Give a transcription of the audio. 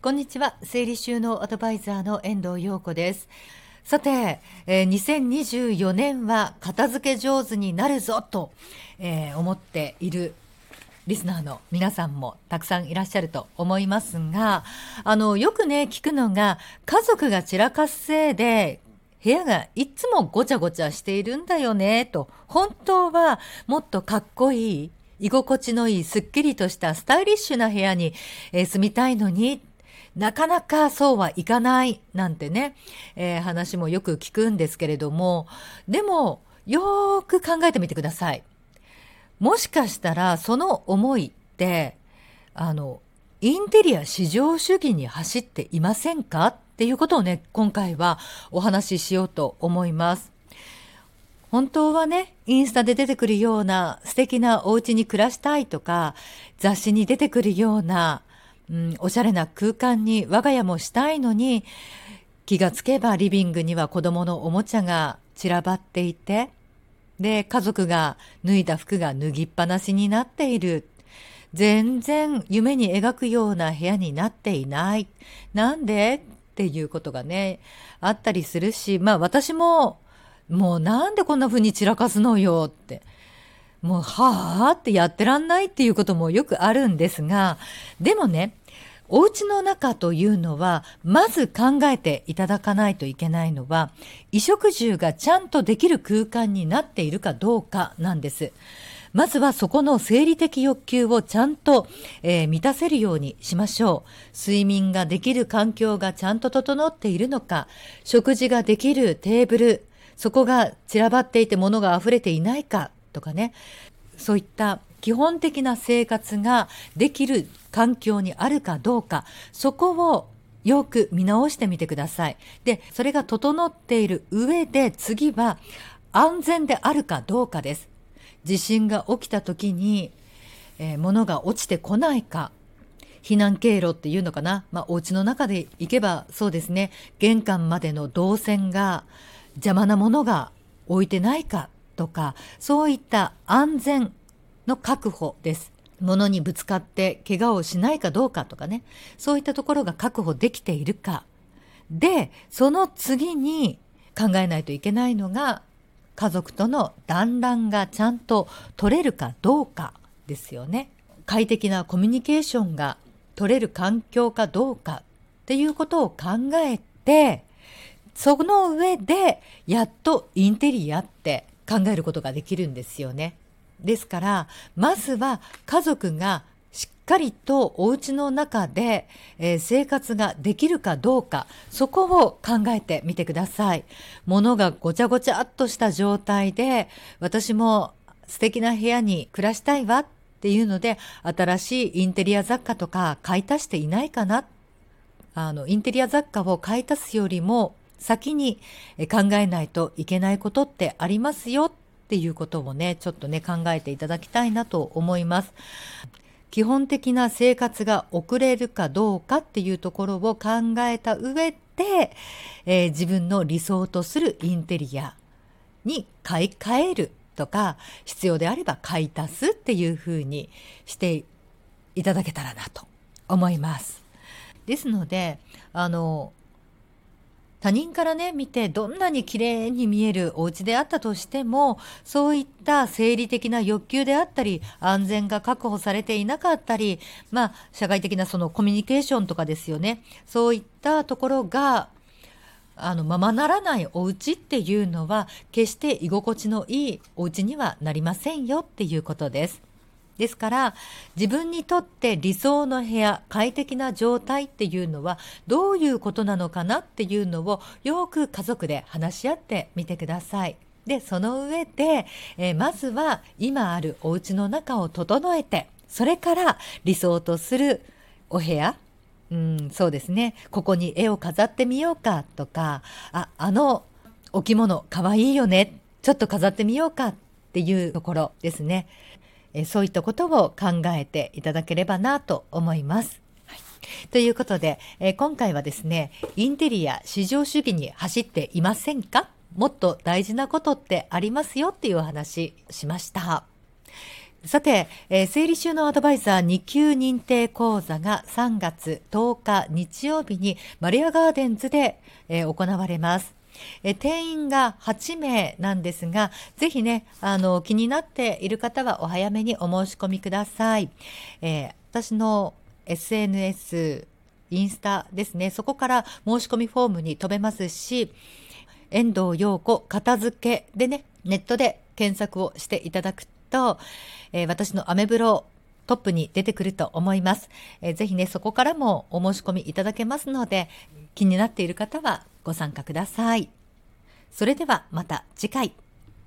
こんにちは。整理収納アドバイザーの遠藤陽子です。さて、2024年は片付け上手になるぞと、思っているリスナーの皆さんもたくさんいらっしゃると思いますが、よくね、聞くのが、家族が散らかすせいで、部屋がいつもごちゃごちゃしているんだよね、と。本当はもっとかっこいい、居心地のいい、すっきりとしたスタイリッシュな部屋に、住みたいのに、なかなかそうはいかないなんてね、話もよく聞くんですけれども、でも、よーく考えてみてください。もしかしたらその思いって、インテリア至上主義に走っていませんかっていうことをね、今回はお話ししようと思います。本当はね、インスタで出てくるような素敵なお家に暮らしたいとか、雑誌に出てくるような、おしゃれな空間に我が家もしたいのに、気がつけばリビングには子供のおもちゃが散らばっていて、で、家族が脱いだ服が脱ぎっぱなしになっている。全然夢に描くような部屋になっていない。なんでっていうことがね、あったりするし、私も、もうなんでこんな風に散らかすのよって。もうはぁってやってらんないっていうこともよくあるんですが、でもね、お家の中というのは、まず考えていただかないといけないのは、衣食住がちゃんとできる空間になっているかどうかなんです。まずはそこの生理的欲求をちゃんと、満たせるようにしましょう。睡眠ができる環境がちゃんと整っているのか、食事ができるテーブル、そこが散らばっていて物が溢れていないかとかね、そういった基本的な生活ができる環境にあるかどうか、そこをよく見直してみてください。で、それが整っている上で、次は安全であるかどうかです。地震が起きた時に、物が落ちてこないか、避難経路っていうのかな、お家の中で行けばそうですね、玄関までの動線が邪魔なものが置いてないかとか、そういった安全の確保です。物にぶつかって怪我をしないかどうかとかね、そういったところが確保できているか。で、その次に考えないといけないのが、家族との団らんがちゃんと取れるかどうかですよね。快適なコミュニケーションが取れる環境かどうかっていうことを考えて、その上でやっとインテリアって考えることができるんですよね。ですから、まずは家族がしっかりとお家の中で、生活ができるかどうか、そこを考えてみてください。物がごちゃごちゃっとした状態で、私も素敵な部屋に暮らしたいわっていうので、新しいインテリア雑貨とか買い足していないかな。インテリア雑貨を買い足すよりも、先に考えないといけないことってありますよっていうことをね、ちょっとね、考えていただきたいなと思います。基本的な生活が送れるかどうかっていうところを考えた上で、自分の理想とするインテリアに買い替えるとか、必要であれば買い足すっていう風にしていただけたらなと思います。ですので、他人からね、見てどんなに綺麗に見えるお家であったとしても、そういった生理的な欲求であったり、安全が確保されていなかったり、社会的なそのコミュニケーションとかですよね。そういったところが、ままならないお家っていうのは、決して居心地のいいお家にはなりませんよっていうことです。ですから、自分にとって理想の部屋、快適な状態っていうのはどういうことなのかなっていうのをよく家族で話し合ってみてください。で、その上で、まずは今あるお家の中を整えて、それから理想とするお部屋、そうですね。ここに絵を飾ってみようかとか、あの置物かわいいよね。ちょっと飾ってみようかっていうところですね。そういったことを考えていただければなと思います。はい、ということで、今回はですね、インテリア至上主義に走っていませんか？もっと大事なことってありますよっていうお話しました。 さて、生理収納アドバイザー2級認定講座が3月10日日曜日にマリアガーデンズで、行われます。定員が8名なんですが、ぜひね、気になっている方はお早めにお申し込みください。私の SNS、インスタですね、そこから申し込みフォームに飛べますし、遠藤陽子片付けでね、ネットで検索をしていただくと、私のアメブロトップに出てくると思います。ぜひね、そこからもお申し込みいただけますので、気になっている方はご参加ください。それではまた次回。